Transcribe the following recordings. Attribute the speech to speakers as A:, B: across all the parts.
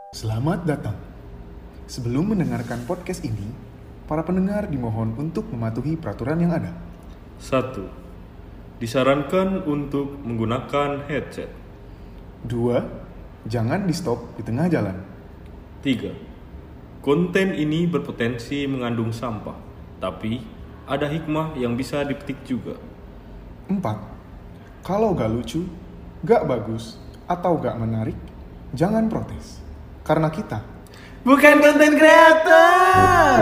A: Selamat datang. Sebelum mendengarkan podcast ini, para pendengar dimohon untuk mematuhi peraturan yang ada.
B: 1. Disarankan untuk menggunakan headset.
A: 2. Jangan di-stop di tengah jalan.
B: 3. Konten ini berpotensi mengandung sampah, tapi ada hikmah yang bisa dipetik juga.
A: 4. Kalau gak lucu, gak bagus, atau gak menarik, jangan protes. Karena kita
C: Bukan konten kreator.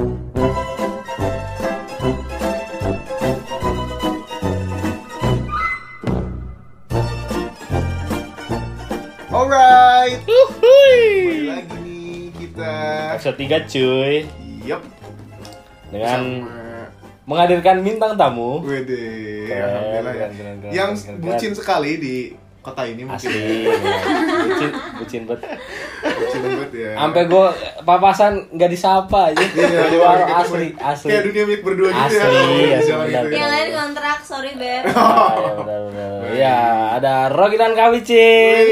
C: Alright. Kembali lagi nih kita.
D: Episode 3 cuy.
A: Yup.
D: Dengan
A: Sama
D: menghadirkan bintang tamu.
A: Wede,
D: Keren,
A: alhamdulillah ya.
D: keren.
A: Yang bucin sekali di kota ini mungkin.
D: Asli. Bucin bet.
A: Bucin banget ya.
D: Sampai gue papasan nggak disapa aja.
A: Iya,
D: Di warung
A: kita
D: asli.
A: Kayak dunia milik berdua gitu
D: Asli,
A: ya. Di
D: asli,
A: jalan
D: benar.
A: gitu ya.
E: Yang lain kontrak, sorry beb.
D: Ah, ya benar. Ya, ada Rocky dan Kawicin.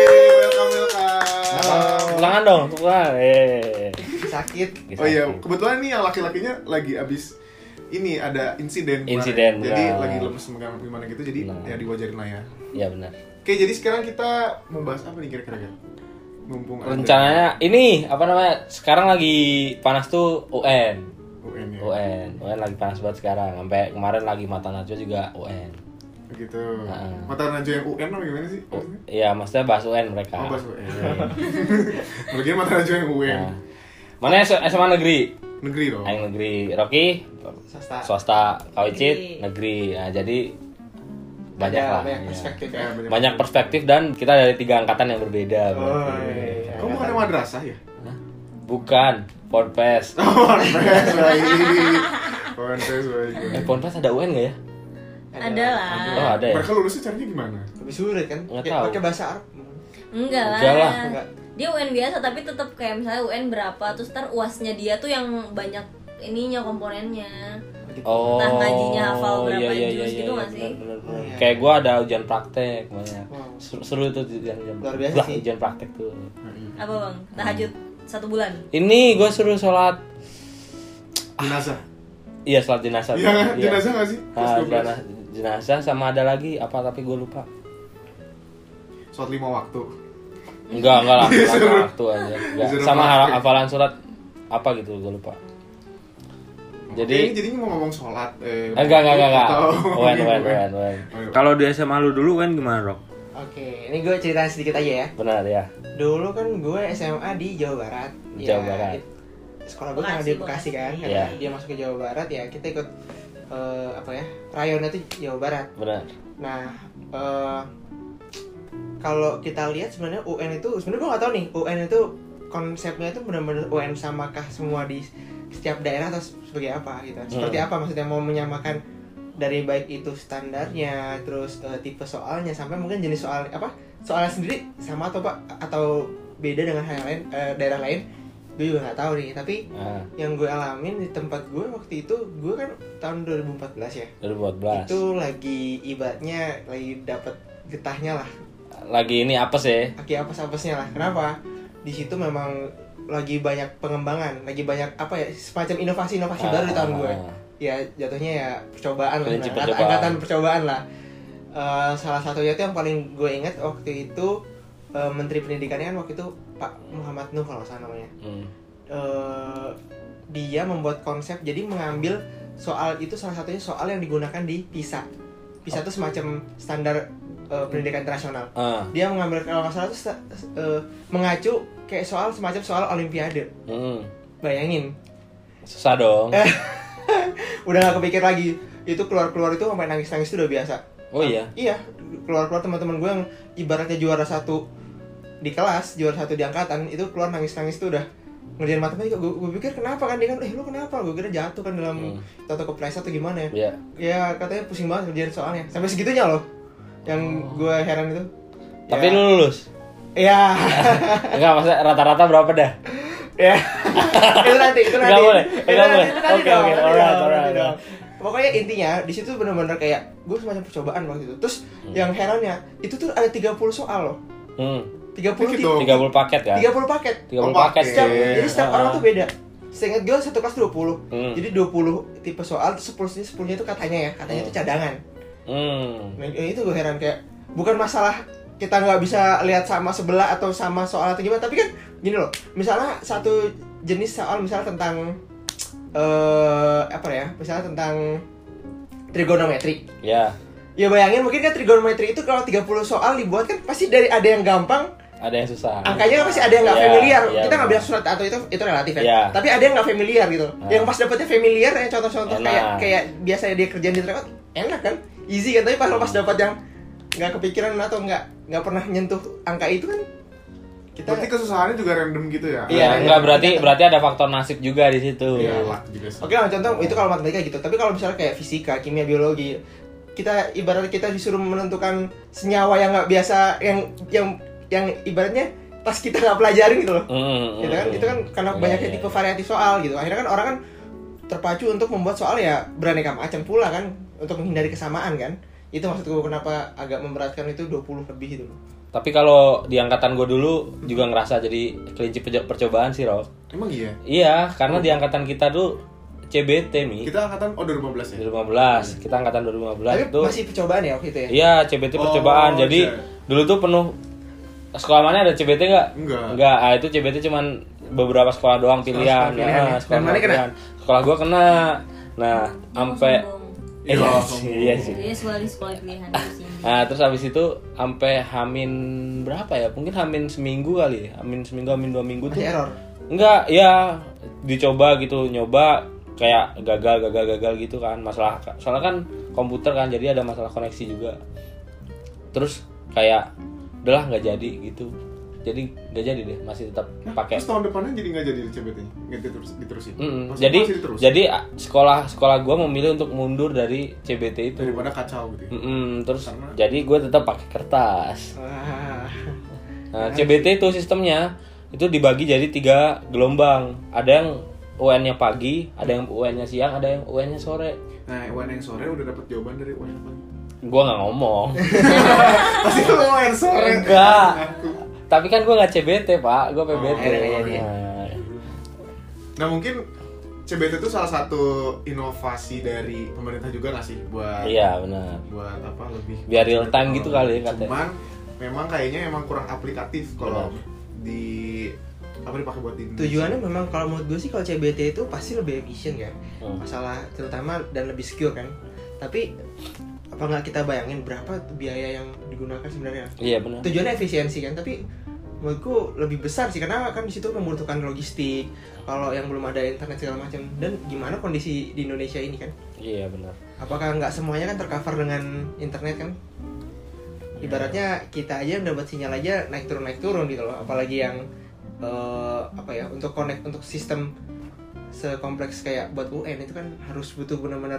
A: Welcome.
D: Tangan dong, tangan.
C: Sakit.
A: Oh iya, kebetulan nih yang laki-lakinya lagi abis ini ada insiden. kemarin.
D: Insiden,
A: Jadi
D: benar.
A: lagi lemes gimana gitu, jadi
D: Benar.
A: ya diwajarin lah ya.
D: Iya benar.
A: Oke, jadi sekarang kita membahas apa nih kira-kira kan? Mumpung ada
D: Rencananya ini apa namanya? Sekarang lagi panas tuh UN.
A: UN ya.
D: UN lagi panas banget sekarang. Sampai kemarin lagi Mata Najwa juga UN.
A: Begitu.
D: Nah.
A: Mata Najwa yang UN apa gimana sih? maksudnya?
D: Iya, maksudnya bahas UN mereka.
A: Oh, bahas UN. Bagian Mata Najwa yang UN.
D: Nah. Mana SMA negeri?
A: Negeri dong.
D: Yang negeri. Rocky swasta, Kawicit negeri. Nah, jadi banyak lah.
C: Banyak
D: Iya.
C: perspektif
A: Ya,
C: ya.
D: Banyak perspektif dan kita dari 3 angkatan yang berbeda.
C: Oh,
D: berarti.
C: iya.
A: Kamu bukan madrasah ya?
D: Bukan, Ponpes.
A: Ponpes lagi. Ponpes lagi.
D: Ponpes ada UN nggak ya?
E: Ada lah.
D: Oh, ada ya?
A: Mereka lulusnya caranya gimana?
C: Lebih sulit kan?
D: Nggak
C: Kayak
D: tahu.
C: pakai bahasa Arab.
E: Enggak lah.
D: Enggak lah.
C: Enggak.
E: Dia UN biasa tapi tetap kayak misalnya UN berapa terus ntar UASnya dia tuh yang banyak ininya komponennya.
D: Oh,
E: Entah ngajinya hafal berapa
D: iya,
E: juz gitu nggak sih?
D: bener.
C: Oh, iya.
D: Kayak gue ada ujian praktek banyak.
C: Wow.
D: Seru itu ujian
C: Luar biasa
D: Lah,
C: sih.
D: ujian praktek tuh.
E: Apa bang? Tahajud 1 bulan.
D: Ini gue suruh sholat.
A: Jenazah.
D: Iya, sholat jenazah.
A: Iya, jenazah nggak sih? Kelas
D: Ah,
A: 12.
D: jenazah sama ada lagi apa tapi gue lupa.
A: Sholat 5 waktu.
D: Enggak lah,
A: Disuruh.
D: waktu aja. Enggak.
A: Disuruh
D: Sama
A: praktek.
D: hafalan surat apa gitu gue lupa.
A: Jadi
D: Jadi
A: ini jadinya mau ngomong sholat.
D: enggak.
A: atau-
D: Wen.
A: Oh, iya.
B: Kalau di SMA lu dulu kan gimana, Rok?
C: Oke, ini gue ceritain sedikit aja ya.
D: Benar ya.
C: Dulu kan gue SMA di Jawa Barat.
D: Jawa Barat.
C: Sekolah gue kan
E: Bekasi,
C: di Bekasi kan.
E: Bekasi.
C: Karena
D: Iya.
C: dia masuk ke Jawa Barat ya, kita ikut rayonnya tuh Jawa Barat.
D: Benar.
C: Nah, kalau kita lihat sebenarnya UN itu sebenarnya gue nggak tahu nih UN itu konsepnya itu benar-benar UN samakah semua di setiap daerah atau sebagai apa gitu. Seperti apa maksudnya mau menyamakan dari baik itu standarnya, terus tipe soalnya sampai mungkin jenis soal apa soalnya sendiri sama atau pak atau beda dengan hal lain daerah lain. Gue juga nggak tahu nih. Tapi
D: Nah,
C: yang gue alamin di tempat gue waktu itu gue kan tahun 2014 ya.
D: 2014.
C: Itu lagi ibaratnya lagi dapat getahnya lah,
D: Lagi ini apa sih?
C: lagi apes-apesnya lah. Kenapa? Di situ memang lagi banyak pengembangan, lagi banyak apa ya semacam inovasi-inovasi baru di tahun gue. Ya jatuhnya ya percobaan lah,
D: Prinsip
C: nah,
D: percobaan.
C: angkatan percobaan lah. Salah satunya itu yang paling gue ingat waktu itu Menteri Pendidikannya kan waktu itu Pak Muhammad Nuh kalau nggak salah namanya. Dia membuat konsep jadi mengambil soal itu salah satunya soal yang digunakan di PISA. PISA itu semacam standar pendidikan internasional. Dia mengambil kalau nggak salah itu mengacu kayak semacam soal olimpiade. Bayangin.
D: Susah dong.
C: Udah gak kepikir lagi. Itu keluar itu sampai nangis-nangis itu udah biasa.
D: Oh iya.
C: Iya, keluar teman-teman gue yang ibaratnya juara 1 di kelas, juara 1 di angkatan, itu keluar nangis-nangis itu udah ngerjain matematika. Gue pikir kenapa kan dia kan lu kenapa? Gue kira jatuh kan dalam atau kepleset atau gimana ya.
D: Iya.
C: Ya katanya pusing banget ngerjain soalnya. Sampai segitunya loh. Yang gue heran itu.
D: Tapi
C: Ya.
D: lu lulus.
C: Iya.
D: Enggak, maksudnya rata-rata berapa dah?
C: Ya. Itu nanti.
D: Nggak boleh. Nggak boleh.
C: Itu nanti
D: Oke,
C: dong,
D: oke.
C: nanti
D: Alright,
C: dong,
D: alright,
C: nanti dong. Pokoknya intinya di situ benar-benar kayak gue semacam percobaan waktu itu. Terus yang herannya itu tuh ada 30 soal loh. 30
A: Gitu.
D: 30 paket kan?
C: 30 paket.
D: 30 paket.
C: Jadi setiap orang tuh beda. Seingat gue satu kelas 20. Jadi 20 tipe soal, 10-nya itu katanya itu cadangan. Nah, itu gue heran kayak bukan masalah kita nggak bisa lihat sama sebelah atau sama soal atau gimana, tapi kan gini loh, misalnya satu jenis soal misalnya tentang misalnya tentang trigonometri.
D: Ya.
C: Ya bayangin mungkin kan trigonometri itu kalau 30 soal dibuat kan pasti dari ada yang gampang,
D: ada yang susah.
C: angkanya kan pasti ada yang nggak
D: Ya,
C: familiar.
D: ya,
C: Kita nggak
D: benar.
C: bilang surat atau itu relatif ya.
D: Ya.
C: Tapi ada yang nggak familiar gitu. Yang pas dapetnya familiar, yang contoh-contoh
D: Enak.
C: kayak biasanya dia kerjaan di rekod, enak kan, easy kan. Tapi pas pas dapat yang nggak kepikiran atau nggak pernah nyentuh angka itu kan, kita
A: Berarti kesusahannya juga random gitu ya?
C: Iya,
D: Enggak berarti ada faktor nasib juga di situ.
A: Iya, lah juga sih.
C: Oke lah, contoh itu kalau matematika gitu. Tapi kalau misalnya kayak fisika, kimia, biologi, kita ibaratnya kita disuruh menentukan senyawa yang nggak biasa, yang ibaratnya pas kita nggak pelajarin gitu loh. Gitu kan? Itu kan karena banyaknya tipe variatif soal gitu. Akhirnya kan orang kan terpacu untuk membuat soal ya beraneka macam pula kan, untuk menghindari kesamaan kan. Itu maksudku kenapa agak memberatkan itu 20 lebih itu.
D: Tapi kalau di angkatan gue dulu juga ngerasa jadi kelinci percobaan sih, Rob.
A: Emang iya?
D: Iya, karena di angkatan kita tuh CBT nih.
A: Kita angkatan 2015 ya?
D: 2015, kita angkatan 2015
C: Tapi
D: itu.
C: masih percobaan ya waktu itu ya?
D: Iya, CBT percobaan. Jadi
A: iya.
D: dulu tuh penuh. Sekolah mana ada CBT nggak?
A: Enggak.
D: Ah, itu CBT cuman beberapa sekolah doang pilihan.
C: pilihan ya.
D: Sekolah
C: Dan mana kena?
D: pilihan. Sekolah gua kena. Nah, sampai
A: Iya,
D: iya sih.
E: Dia sekolah pilihan di sini.
D: Nah, terus habis itu sampai hamin berapa ya? Mungkin hamin seminggu kali ya. Hamin seminggu, hamin 2 minggu tuh.
C: Masih error.
D: Enggak, ya dicoba gitu, nyoba kayak gagal gitu kan. Masalah soalnya kan komputer kan, jadi ada masalah koneksi juga. Terus kayak udahlah nggak jadi gitu. Jadi nggak jadi deh, masih tetap pakai.
A: Terus tahun depannya jadi nggak jadi CBT-nya? Nggak diterusin? Maksudnya
D: Jadi
A: masih diterusin?
D: jadi sekolah gue memilih untuk mundur dari CBT itu.
A: Daripada kacau gitu ya?
D: Terus
A: Karena-
D: jadi gue tetap pakai kertas.
C: Wah.
D: Nah, CBT itu sistemnya itu dibagi jadi 3 gelombang. Ada yang UN-nya pagi, ada yang UN-nya siang, ada yang UN-nya sore.
A: Nah, UN yang sore udah dapet jawaban dari UN apa?
D: Gua nggak ngomong.
A: Pasti lu UN sore.
D: Enggak.
A: Aku.
D: Tapi kan gua nggak CBT, Pak. Gua PBT.
C: iya.
D: Nah,
A: Nah, mungkin CBT itu salah satu inovasi dari pemerintah juga nggak sih buat
D: iya, benar.
A: buat apa lebih
D: Biar real time gitu kali ya, katanya.
A: Cuman memang kayaknya emang kurang aplikatif kalau
D: Benar.
A: dipakai buat di Indonesia.
C: Tujuannya memang kalau menurut gue sih kalau CBT itu pasti lebih efisien kan, masalah terutama dan lebih secure kan. Tapi apa nggak kita bayangin berapa biaya yang digunakan sebenarnya?
D: Iya, benar.
C: Tujuannya efisiensi kan, tapi menurutku lebih besar sih karena kan di situ membutuhkan logistik. Kalau yang belum ada internet segala macam, dan gimana kondisi di Indonesia ini kan?
D: Iya, benar.
C: Apakah nggak semuanya kan tercover dengan internet kan? Ibaratnya kita aja yang dapat sinyal aja naik turun gitu loh, apalagi yang untuk connect untuk sistem sekompleks kayak buat UN itu kan harus butuh benar-benar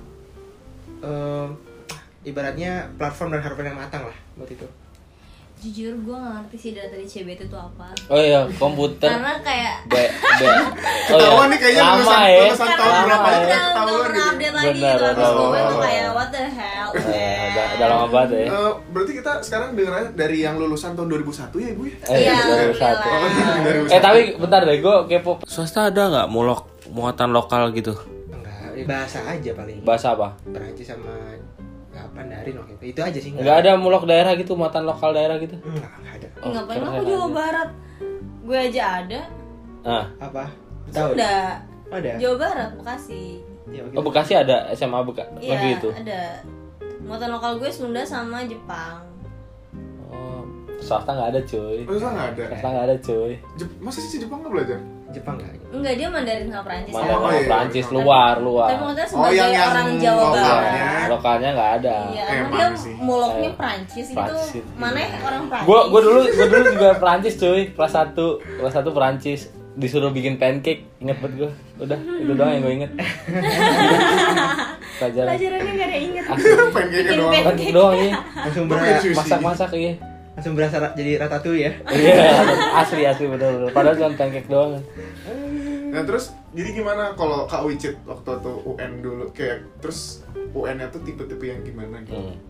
C: ibaratnya platform dan hardware yang matang lah buat itu.
E: Jujur gue gak ngerti sih dari CBT itu apa.
D: Oh iya, komputer.
E: Karena kayak
A: Ketahuan nih kayaknya
D: lama ya.
A: lulusan tahun
E: karena
A: berapa
E: gue
A: aja
E: udah
A: ketahuan
E: pernah
A: gitu.
E: update lagi
D: Benar,
E: gitu. Habis
D: benar.
E: gue tuh kayak what the hell
D: Udah lama banget ya.
A: Berarti kita sekarang dengarnya dari yang lulusan tahun 2001 ya, Ibu ya?
E: Iya,
D: 2001.
E: alhamdulillah.
D: Tapi bentar deh, gue kepo. Swasta ada nggak muatan lokal gitu?
C: Enggak, bahasa aja paling.
D: Bahasa apa?
C: Perancis sama Mandarin waktu itu. Itu aja sih.
D: Nggak ada mulok daerah gitu, muatan lokal daerah gitu?
C: Enggak ada.
E: Ngapain
D: keren
E: aku Jawa
D: aja.
E: Barat? Gue aja ada.
D: Ah,
C: Apa? Tahu?
E: Sunda.
C: Ada.
E: Jawa Barat, Bekasi.
C: Ya,
D: oh Bekasi ada SMA
E: Iya,
D: negeri itu.
E: ada. Muatan lokal gue Sunda sama Jepang.
D: Oh, swasta nggak ada cuy.
A: Masa nggak ada?
D: Swasta nggak ada cuy.
A: Masa sih Jepang nggak belajar?
C: Jepang enggak?
E: Enggak, dia Mandarin sama Perancis.
D: Mana
A: Oh, iya.
D: Prancis luar.
E: Tapi maksudnya
A: Oh,
E: sebagai
A: yang
E: orang Jawa
A: lokalnya.
E: Barat.
D: Lokalnya nggak ada.
E: Iya,
A: Emang
E: emang dia
A: sih.
E: muloknya
D: Eh,
E: Perancis
D: Perancis
E: gitu.
D: itu.
E: Mana ya orang Perancis?
D: Gue dulu juga Perancis cuy, kelas 1 Perancis, disuruh bikin pancake, inget banget gue. Udah, itu doang yang gue inget. Pelajaran
E: Pelajarannya gak ada yang inget.
A: Pengen kayaknya doang.
E: Bikin
D: pancake doang ya.
C: Langsung
A: Bikin
C: berasa
A: sushi.
D: Masak iya.
C: langsung berasa jadi ratatouille ya.
D: Iya, asli betul. Padahal cuma pancake doang.
A: Nah terus, jadi gimana kalau Kak Wicit waktu itu UN dulu? Kayak, terus UN-nya tuh tipe-tipe yang gimana gitu?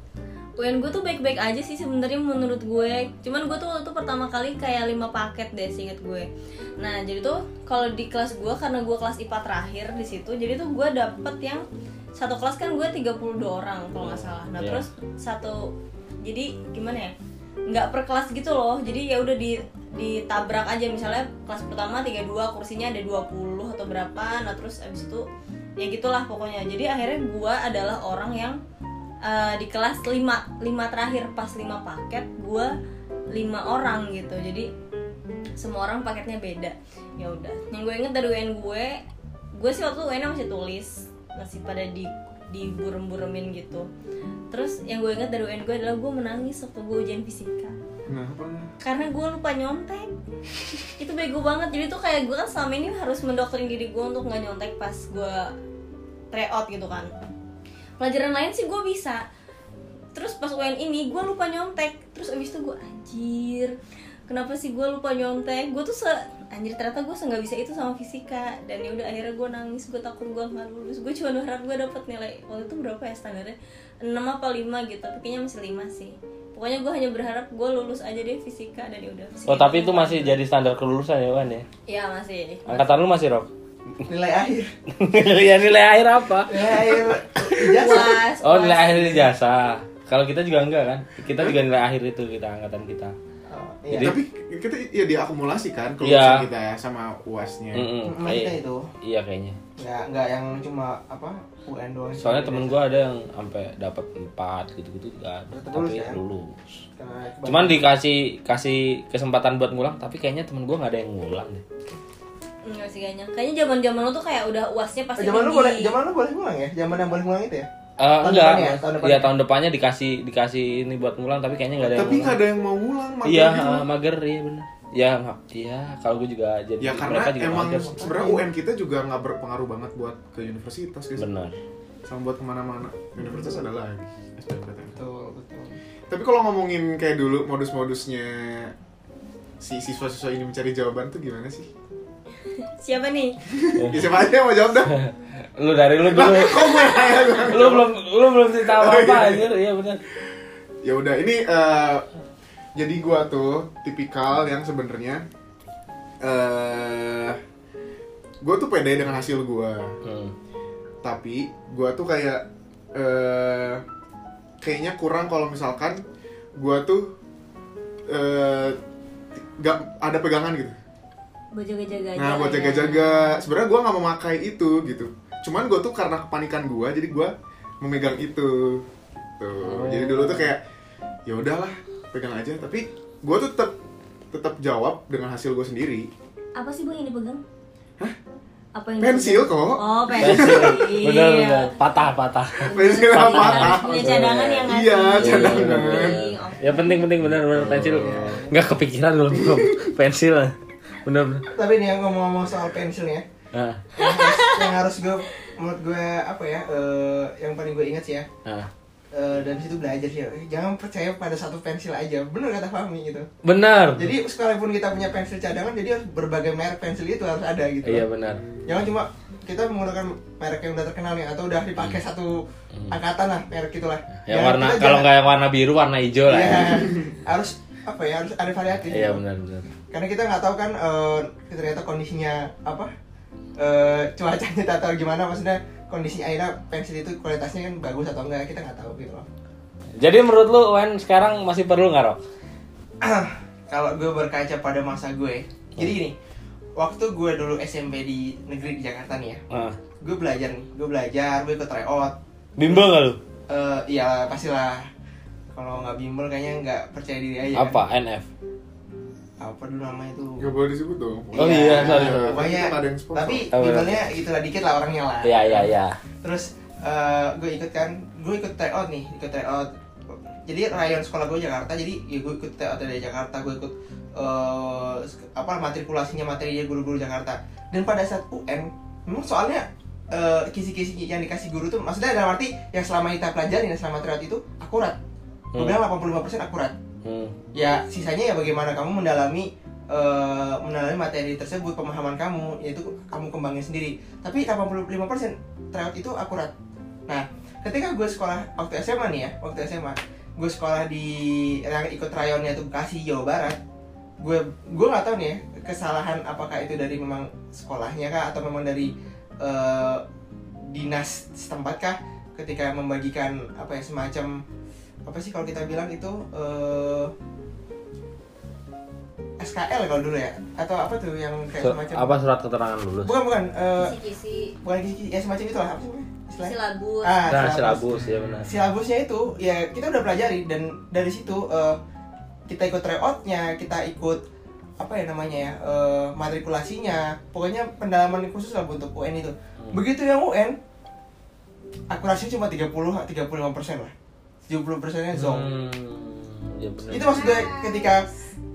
E: UN gue tuh baik-baik aja sih sebenarnya menurut gue. Cuman gue tuh waktu itu pertama kali kayak 5 paket deh seinget gue. Nah jadi tuh kalau di kelas gue, karena gue kelas IPA terakhir di situ, jadi tuh gue dapet yang satu kelas kan gue 32 orang kalau nggak salah. Nah terus satu, jadi gimana ya, nggak per kelas gitu loh. Jadi ya udah ditabrak aja, misalnya kelas pertama 32 kursinya ada 20 atau berapa. Nah terus abis itu ya gitulah pokoknya. Jadi akhirnya gue adalah orang yang di kelas 5 terakhir, pas 5 paket gue 5 orang gitu. Jadi semua orang paketnya beda. Ya udah, yang gue inget dari UN gue sih waktu UN masih tulis, masih pada diburem-buremin gitu. Terus yang gue inget dari UN gue adalah gue menangis waktu gue ujian fisika.
A: Kenapa?
E: Karena gue lupa nyontek. Itu bego banget. Jadi tuh kayak gue kan selama ini harus mendoktrin diri gue untuk nggak nyontek pas gue tryout gitu kan. Pelajaran lain sih gue bisa. Terus pas UN ini gue lupa nyontek. Terus abis itu gue anjir, kenapa sih gue lupa nyontek? Gue tuh anjir ternyata gue nggak bisa itu sama fisika. Dan ya udah akhirnya gue nangis, gue takut gue nggak lulus. Gue cuma berharap gue dapet nilai waktu itu berapa ya standarnya, 6 apa 5 gitu. Tapi kayaknya masih 5 sih. Pokoknya gue hanya berharap gue lulus aja deh fisika, dan ya udah.
D: Oh tapi itu masih jadi standar kelulusan ya Wan ya?
E: Iya masih.
D: Angkatan lu masih Rob?
C: Nilai akhir.
D: Ya nilai akhir apa?
C: Nilai akhir ijazah.
D: Oh nilai akhir ijazah. Kalau kita juga enggak kan? Kita juga nilai akhir itu, kita angkatan kita.
C: Iya.
D: Jadi-
A: Tapi kita ya diakumulasi kan kelulusan kita ya sama UAS-nya.
C: Kita itu
D: Iya kayaknya.
C: nggak yang cuma apa UN doang.
D: Soalnya temen gue ada yang sampai dapat 4 gitu-gitu enggak ada,
C: Tetap
D: tapi
C: lulus, kan?
D: lulus.
C: Karena
D: Cuman kasih kesempatan buat ngulang, tapi kayaknya temen gue nggak ada yang ngulang deh.
E: Enggak sih kayaknya. Kayaknya zaman-zaman lo tuh kayak udah UASnya pasti
C: zaman lu
E: tinggi.
C: boleh ngulang ya? Zaman yang boleh ngulang itu ya?
D: Enggak,
C: depannya ya? Tahun depannya?
D: iya tahun depannya dikasih ini buat ngulang, tapi kayaknya nggak ada yang
A: Tapi nggak
D: ngulang.
A: ada yang mau ngulang. mager
D: Iya,
A: gitu.
D: mager, iya benar. Ya, iya, kalau gue juga jadi
A: Ya karena
D: mereka juga
A: emang
D: mager.
A: sebenarnya UN kita juga nggak berpengaruh banget buat ke universitas guys.
D: Benar.
A: Sama buat kemana-mana. Universitas ada lagi. SBMPTN.
C: Betul.
A: Tapi kalau ngomongin kayak dulu modus-modusnya si siswa-siswa ini mencari jawaban tuh gimana sih?
E: Siapa nih?
A: Ya, siapa aja yang mau jawab dah?
D: Lu dari lu dulu.
A: Kok gue nanya doang?
D: lu belum cerita apa-apa
A: iya.
D: anjir. Iya benar.
A: Ya udah ini jadi gua tuh tipikal yang sebenarnya gua tuh pede dengan hasil gua. Tapi gua tuh kayak kayaknya kurang kalau misalkan gua tuh gak ada pegangan gitu.
E: Buat jaga-jaga aja.
A: Nah buat jaga-jaga, sebenarnya gua nggak memakai itu gitu. Cuman gua tuh karena kepanikan gua, jadi gua memegang itu. Tuh. Jadi dulu tuh kayak ya udahlah pegang aja. Tapi gua tuh tetap jawab dengan hasil gua sendiri.
E: Apa sih Bang yang dipegang? Hah? Apa yang
A: Pensil
E: dipegang?
A: kok.
E: Oh, pensil.
D: Benar. Patah.
A: Pensil apa?
E: Harus punya cadangan yang ngasih.
A: Iya, cadangan.
E: Penting.
D: Ya penting benar pensil. Enggak kepikiran belum pensil. Benar.
C: Tapi nih yang ngomong-ngomong soal pensil ya,
D: Nah.
C: yang harus gue menurut gue apa ya, yang paling gue ingat sih ya,
D: Nah.
C: dan situ belajar sih, jangan percaya pada satu pensil aja, bener kata Fahmi gitu.
D: Benar.
C: Jadi sekalipun kita punya pensil cadangan, jadi harus berbagai merek pensil itu harus ada gitu.
D: Iya benar.
C: Jangan cuma kita menggunakan merek yang udah terkenal nih, atau udah dipakai satu angkatan lah, merek itulah.
D: Yang
C: Jangan
D: warna
C: kita
D: kalau
C: jangan-
D: nggak yang warna biru, warna hijau lah.
C: Iya,
D: Ya.
C: harus apa ya, harus ada variatif.
D: Iya
C: gitu.
D: benar.
C: Karena kita nggak tahu kan ternyata kondisinya apa, cuacanya atau gimana, maksudnya kondisi akhirnya pensil itu kualitasnya kan bagus atau enggak, kita nggak tahu gitu loh.
D: Jadi menurut lu Wan sekarang masih perlu nggak Rok?
C: Kalau gue berkaca pada masa gue, jadi gini, waktu gue dulu SMP di negeri di Jakarta nih ya, gue belajar, gue ikut tryout.
D: Bimbel nggak lu?
C: Iya pastilah. Kalau nggak bimbel kayaknya nggak percaya diri aja.
D: Apa?
C: Kan?
D: NF?
C: Apa dulu namanya itu?
A: Gak boleh disebut dong.
D: Oh iya, sorry.
C: Pokoknya,
A: Kita nggak ada yang sponsor.
C: tapi
D: Oh, bener.
C: bimbelnya gitulah dikit lah orangnya lah.
D: Iya.
C: Terus gue ikut tryout nih, jadi rayon sekolah gue Jakarta, jadi ya gue ikut tryout dari Jakarta, gue ikut matrikulasinya materinya guru-guru Jakarta. Dan pada saat UN, memang soalnya kisi-kisi yang dikasih guru tuh, maksudnya dalam arti yang selama kita pelajarin selama tryout itu akurat. Gue bilang 85% akurat. Ya sisanya ya bagaimana kamu mendalami materi tersebut, pemahaman kamu, yaitu kamu kembangin sendiri. Tapi 85% tryout itu akurat. Nah, ketika gue sekolah waktu SMA nih ya, gue sekolah di yang ikut rayonnya itu Bekasi Jawa Barat, gue nggak tahu nih ya kesalahan apakah itu dari memang sekolahnya kah atau memang dari dinas setempat kah ketika membagikan apa ya semacam apa sih kalau kita bilang itu SKL kalau dulu ya atau apa tuh yang kayak semacam
D: apa surat keterangan lulus?
C: bukan
E: kisi-kisi
C: bukan ya semacam itulah apa sih istilahnya?
E: silabus.
D: Nah, silabus ya benar.
C: Silabusnya itu ya kita udah pelajari dan dari situ kita ikut tryoutnya, kita ikut apa ya namanya ya matrikulasinya, pokoknya pendalaman khusus lah untuk UN itu. Begitu yang UN akurasinya cuma 35% lah, 70%-nya zonk.
D: Ya benar.
C: Itu maksud gue ketika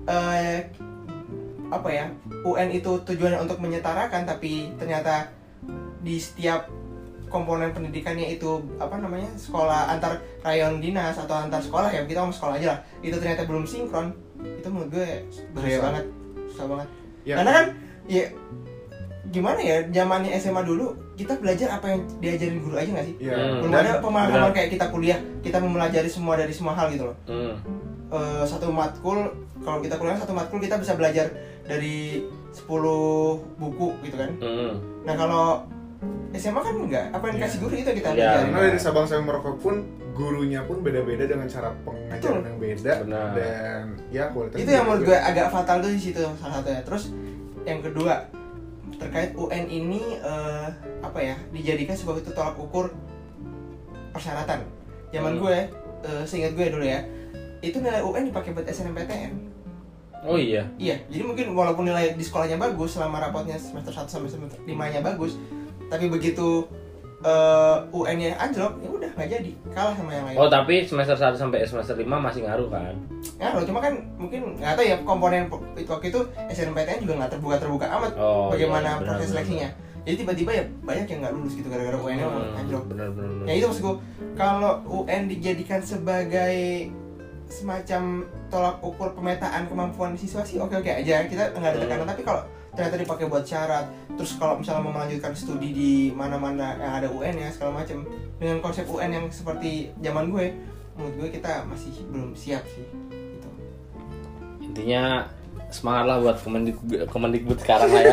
C: apa ya UN itu tujuannya untuk menyetarakan tapi ternyata di setiap komponen pendidikannya itu apa namanya sekolah antar rayon dinas atau antar sekolah ya kita ngomong sekolah aja lah itu ternyata belum sinkron, itu menurut gue bahaya banget, susah banget ya. Karena kan ya gimana ya zamannya SMA dulu kita belajar apa yang diajarin guru aja nggak sih
A: Ya.
C: belum ada pemahaman kayak kita kuliah kita mempelajari semua dari semua hal gitu loh. Satu matkul kalau kita kuliah satu matkul kita bisa belajar dari 10 buku gitu kan. Nah kalau SMA kan enggak, apa yang dikasih guru itu kita pelajari.
A: Karena dari Sabang sampai Merauke pun gurunya pun beda-beda dengan cara pengajaran yang beda.
D: Benar.
A: Dan ya kualitasnya
C: Itu yang menurut gue agak fatal tuh di situ salah satunya. Terus yang kedua terkait UN ini apa ya dijadikan sebagai tolak ukur persyaratan. Zaman gue, seingat gue dulu ya, itu nilai UN dipakai buat SNMPTN.
D: Oh iya.
C: Iya, jadi mungkin walaupun nilai di sekolahnya bagus selama rapotnya semester 1 sampai semester 5-nya bagus, tapi begitu UN-nya anjlok, ya udah nggak jadi, kalah sama yang lain.
D: Oh, tapi semester 1 sampai semester 5 masih ngaruh kan?
C: Ngaruh, cuma kan mungkin nggak tahu ya komponen itu waktu itu SNMPTN juga nggak terbuka amat bagaimana
D: iya,
C: proses seleksinya. Jadi tiba-tiba ya banyak yang nggak lulus gitu gara-gara UN-nya anjlok.
D: Benar.
C: Ya itu maksudku, kalau UN dijadikan sebagai semacam tolak ukur pemetaan kemampuan siswa sih oke aja, kita nggak ada tekanan. Tapi kalau ternyata dipakai buat syarat, terus kalau misalnya mau melanjutkan studi di mana-mana yang ada UN ya segala macam dengan konsep UN yang seperti zaman gue, menurut gue kita masih belum siap sih gitu.
D: Intinya semangatlah buat Kemendikbud sekarang lah ya.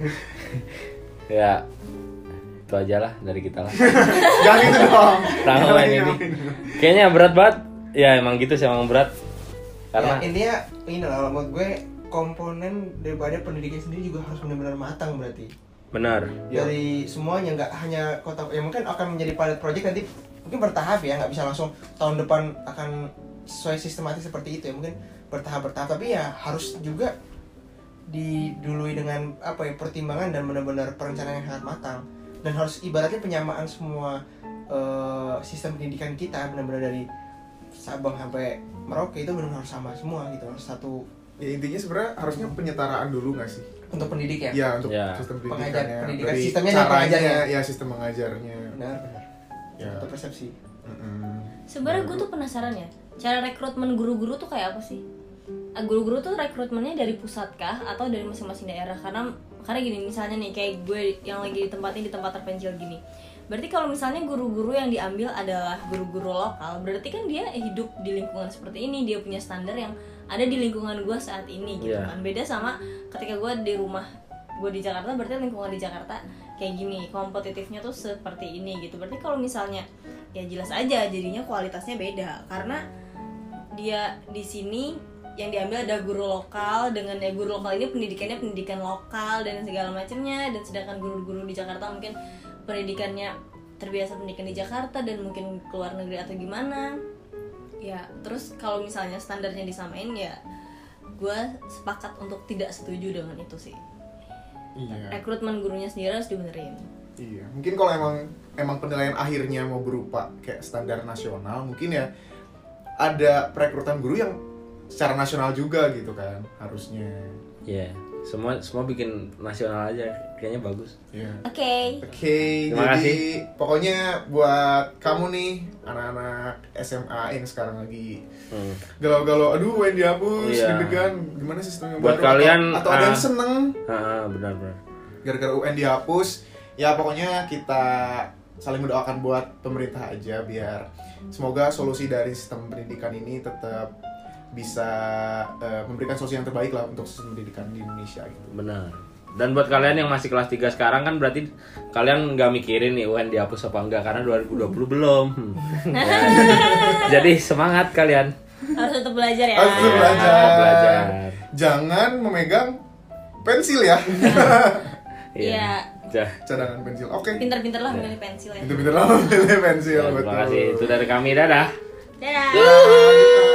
D: Ya itu aja lah dari kita lah.
A: Jangan gitu dong.
D: Rangkaian ini kayaknya berat banget. Ya emang gitu sih, emang berat. Karena
C: ya, intinya ini lah menurut gue komponen daripada pendidikan sendiri juga harus benar-benar matang berarti.
D: benar.
C: Dari semuanya, nggak hanya kota ya mungkin akan menjadi pilot project nanti mungkin bertahap ya, nggak bisa langsung tahun depan akan sesuai sistematis seperti itu ya, mungkin bertahap tapi ya harus juga didului dengan apa ya pertimbangan dan benar-benar perencanaan yang sangat matang, dan harus ibaratnya penyamaan semua sistem pendidikan kita benar-benar dari Sabang sampai Merauke itu benar-benar harus sama semua gitu, harus satu.
A: Ya intinya sebenarnya harusnya penyetaraan dulu nggak sih?
C: Untuk pendidik ya?
A: Ya untuk
D: Ya.
A: sistem
C: Pengajar,
A: pendidikannya,
C: pendidikan,
A: dari
C: sistemnya dan
A: caranya,
C: pengajarnya.
A: ya sistem mengajarnya.
C: Benar.
A: Ya.
C: Untuk persepsi.
E: Sebenarnya gue tuh penasaran ya, cara rekrutmen guru-guru tuh kayak apa sih? Guru-guru tuh rekrutmennya dari pusat kah atau dari masing-masing daerah? Karena gini, misalnya nih kayak gue yang lagi ditempatin di tempat terpencil gini. Berarti kalau misalnya guru-guru yang diambil adalah guru-guru lokal, berarti kan dia hidup di lingkungan seperti ini, dia punya standar yang ada di lingkungan gue saat ini gitu kan. Beda sama ketika gue di rumah gue di Jakarta, berarti lingkungan di Jakarta kayak gini, kompetitifnya tuh seperti ini gitu. Berarti kalau misalnya ya jelas aja jadinya kualitasnya beda, karena dia di sini yang diambil ada guru lokal, dengan ya guru lokal ini pendidikannya pendidikan lokal dan segala macamnya, dan sedangkan guru-guru di Jakarta mungkin pendidikannya terbiasa pendidikan di Jakarta dan mungkin keluar negeri atau gimana ya. Terus kalau misalnya standarnya disamain ya gue sepakat untuk tidak setuju dengan itu sih.
A: Iya.
E: Rekrutmen gurunya sendiri harus dibenerin.
A: Iya, mungkin kalau emang penilaian akhirnya mau berupa kayak standar nasional, mungkin ya ada perekrutan guru yang secara nasional juga gitu kan harusnya.
D: Iya, semua bikin nasional aja, kayaknya bagus.
A: Iya.
E: Oke.
D: Terima
A: jadi
D: kasih.
A: pokoknya buat kamu nih anak-anak SMA yang sekarang lagi galau-galau, aduh UN dihapus,
D: Iya.
A: deg-degan, gimana sistemnya
D: Buat
A: baru,
D: kalian,
A: atau ada yang seneng
D: Benar.
A: gara-gara UN dihapus, ya pokoknya kita saling mendoakan buat pemerintah aja biar semoga solusi dari sistem pendidikan ini tetap bisa memberikan solusi yang terbaik lah untuk sistem pendidikan di Indonesia gitu.
D: Benar. Dan buat kalian yang masih kelas 3 sekarang kan berarti kalian nggak mikirin nih UN dihapus apa enggak karena 2020 belum. Ya. Jadi semangat kalian.
E: Harus tetap belajar ya.
A: Harus tetap
D: Belajar.
A: Jangan memegang pensil ya.
E: Iya.
A: Cadangan pensil. Oke.
E: Pinter-pinter lah milih pensil ya.
A: Itu bener lah memilih pensil.
D: Terima kasih. Itu dari kami, dadah.
E: Dadah.
A: Dadah.